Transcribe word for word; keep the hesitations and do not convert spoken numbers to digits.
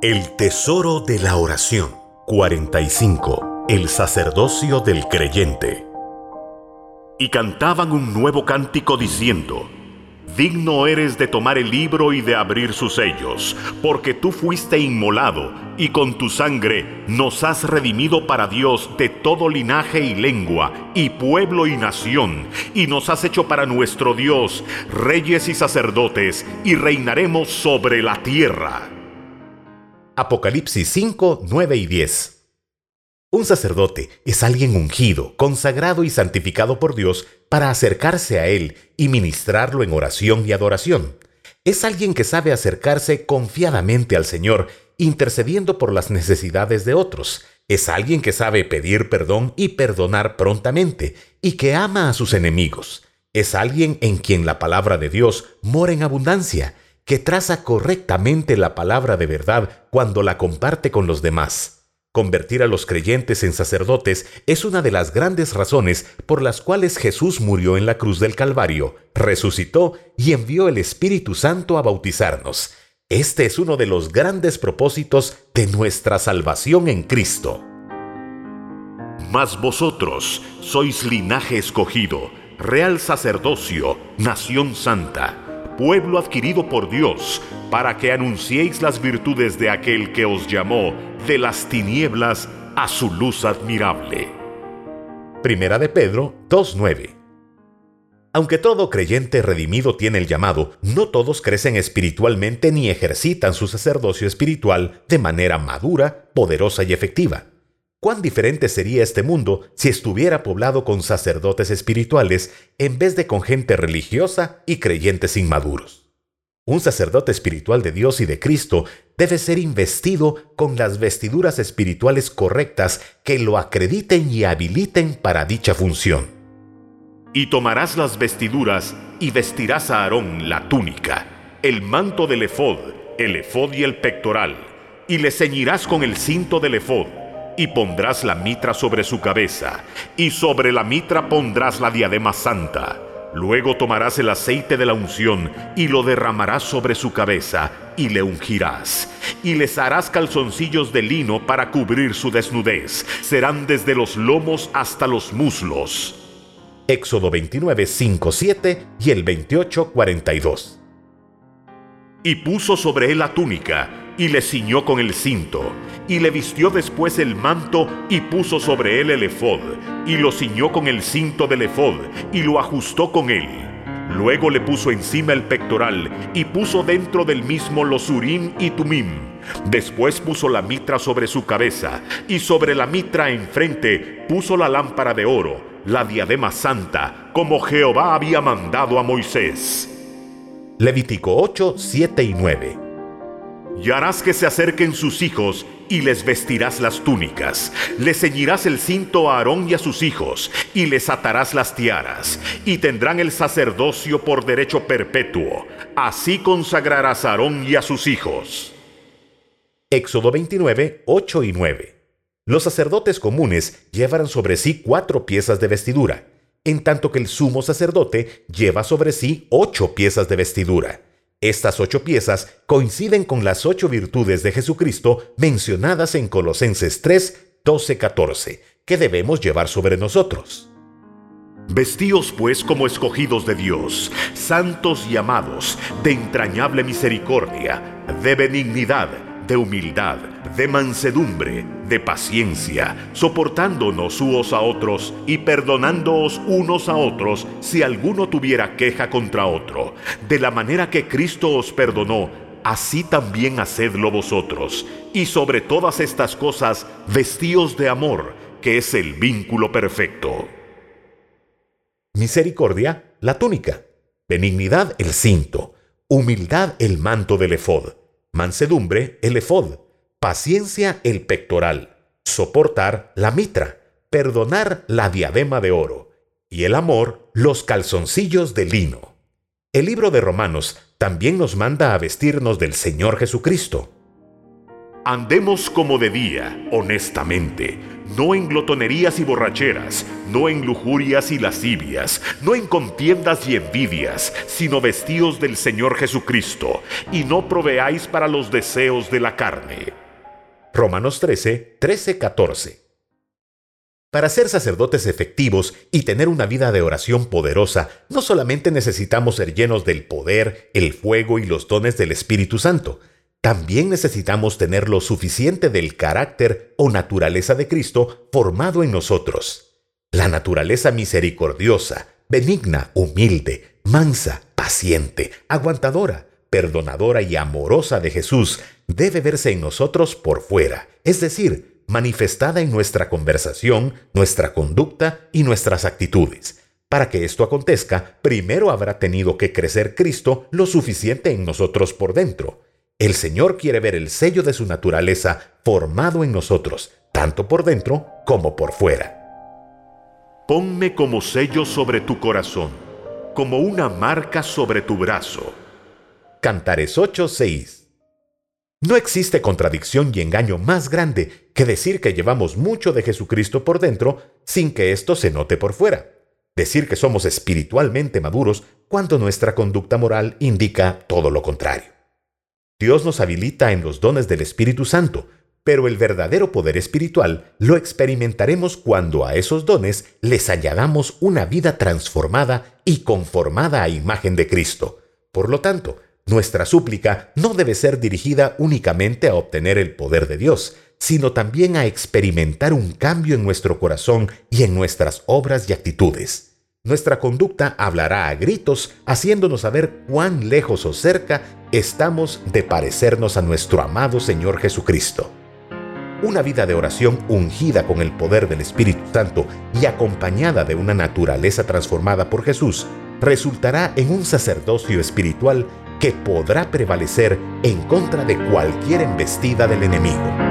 El tesoro de la oración. cuarenta y cinco. El sacerdocio del creyente. Y cantaban un nuevo cántico diciendo: Digno eres de tomar el libro y de abrir sus sellos, porque tú fuiste inmolado, y con tu sangre nos has redimido para Dios de todo linaje y lengua, y pueblo y nación, y nos has hecho para nuestro Dios reyes y sacerdotes, y reinaremos sobre la tierra. Apocalipsis cinco, nueve y diez. Un sacerdote es alguien ungido, consagrado y santificado por Dios para acercarse a Él y ministrarlo en oración y adoración. Es alguien que sabe acercarse confiadamente al Señor, intercediendo por las necesidades de otros. Es alguien que sabe pedir perdón y perdonar prontamente, y que ama a sus enemigos. Es alguien en quien la palabra de Dios mora en abundancia, que traza correctamente la palabra de verdad cuando la comparte con los demás. Convertir a los creyentes en sacerdotes es una de las grandes razones por las cuales Jesús murió en la cruz del Calvario, resucitó y envió el Espíritu Santo a bautizarnos. Este es uno de los grandes propósitos de nuestra salvación en Cristo. Mas vosotros sois linaje escogido, real sacerdocio, nación santa, pueblo adquirido por Dios, para que anunciéis las virtudes de aquel que os llamó de las tinieblas a su luz admirable. Primera de Pedro dos, nueve. Aunque todo creyente redimido tiene el llamado, no todos crecen espiritualmente ni ejercitan su sacerdocio espiritual de manera madura, poderosa y efectiva. ¿Cuán diferente sería este mundo si estuviera poblado con sacerdotes espirituales en vez de con gente religiosa y creyentes inmaduros? Un sacerdote espiritual de Dios y de Cristo debe ser investido con las vestiduras espirituales correctas que lo acrediten y habiliten para dicha función. Y tomarás las vestiduras y vestirás a Aarón la túnica, el manto del efod, el efod y el pectoral, y le ceñirás con el cinto del efod, y pondrás la mitra sobre su cabeza, y sobre la mitra pondrás la diadema santa. Luego tomarás el aceite de la unción y lo derramarás sobre su cabeza y le ungirás. Y les harás calzoncillos de lino para cubrir su desnudez. Serán desde los lomos hasta los muslos. Éxodo veintinueve, cinco, siete y el veintiocho, cuarenta y dos. Y puso sobre él la túnica y le ciñó con el cinto, y le vistió después el manto y puso sobre él el efod, y lo ciñó con el cinto del efod, y lo ajustó con él. Luego le puso encima el pectoral, y puso dentro del mismo los urim y tumim. Después puso la mitra sobre su cabeza, y sobre la mitra enfrente puso la lámpara de oro, la diadema santa, como Jehová había mandado a Moisés. Levítico ocho, siete y nueve. Y harás que se acerquen sus hijos, y les vestirás las túnicas. Les ceñirás el cinto a Aarón y a sus hijos, y les atarás las tiaras, y tendrán el sacerdocio por derecho perpetuo. Así consagrarás a Aarón y a sus hijos. Éxodo veintinueve, ocho y nueve. Los sacerdotes comunes llevan sobre sí cuatro piezas de vestidura, en tanto que el sumo sacerdote lleva sobre sí ocho piezas de vestidura. Estas ocho piezas coinciden con las ocho virtudes de Jesucristo mencionadas en Colosenses tres, doce, catorce, que debemos llevar sobre nosotros. Vestíos pues como escogidos de Dios, santos y amados, de entrañable misericordia, de benignidad, de humildad, de mansedumbre, de paciencia, soportándonos unos a otros y perdonándoos unos a otros si alguno tuviera queja contra otro. De la manera que Cristo os perdonó, así también hacedlo vosotros. Y sobre todas estas cosas, vestíos de amor, que es el vínculo perfecto. Misericordia, la túnica. Benignidad, el cinto. Humildad, el manto del efod. Mansedumbre, el efod. Paciencia, el pectoral. Soportar, la mitra. Perdonar, la diadema de oro. Y el amor, los calzoncillos de lino. El libro de Romanos también nos manda a vestirnos del Señor Jesucristo. Andemos como de día, honestamente, no en glotonerías y borracheras, no en lujurias y lascivias, no en contiendas y envidias, sino vestidos del Señor Jesucristo, y no proveáis para los deseos de la carne. Romanos trece, trece, catorce. Para ser sacerdotes efectivos y tener una vida de oración poderosa, no solamente necesitamos ser llenos del poder, el fuego y los dones del Espíritu Santo. También necesitamos tener lo suficiente del carácter o naturaleza de Cristo formado en nosotros. La naturaleza misericordiosa, benigna, humilde, mansa, paciente, aguantadora, perdonadora y amorosa de Jesús debe verse en nosotros por fuera, es decir, manifestada en nuestra conversación, nuestra conducta y nuestras actitudes. Para que esto acontezca, primero habrá tenido que crecer Cristo lo suficiente en nosotros por dentro. El Señor quiere ver el sello de su naturaleza formado en nosotros, tanto por dentro como por fuera. Ponme como sello sobre tu corazón, como una marca sobre tu brazo. Cantares ocho, seis. No existe contradicción y engaño más grande que decir que llevamos mucho de Jesucristo por dentro sin que esto se note por fuera. Decir que somos espiritualmente maduros cuando nuestra conducta moral indica todo lo contrario. Dios nos habilita en los dones del Espíritu Santo, pero el verdadero poder espiritual lo experimentaremos cuando a esos dones les añadamos una vida transformada y conformada a imagen de Cristo. Por lo tanto, nuestra súplica no debe ser dirigida únicamente a obtener el poder de Dios, sino también a experimentar un cambio en nuestro corazón y en nuestras obras y actitudes. Nuestra conducta hablará a gritos, haciéndonos saber cuán lejos o cerca estamos de parecernos a nuestro amado Señor Jesucristo. Una vida de oración ungida con el poder del Espíritu Santo y acompañada de una naturaleza transformada por Jesús resultará en un sacerdocio espiritual que podrá prevalecer en contra de cualquier embestida del enemigo.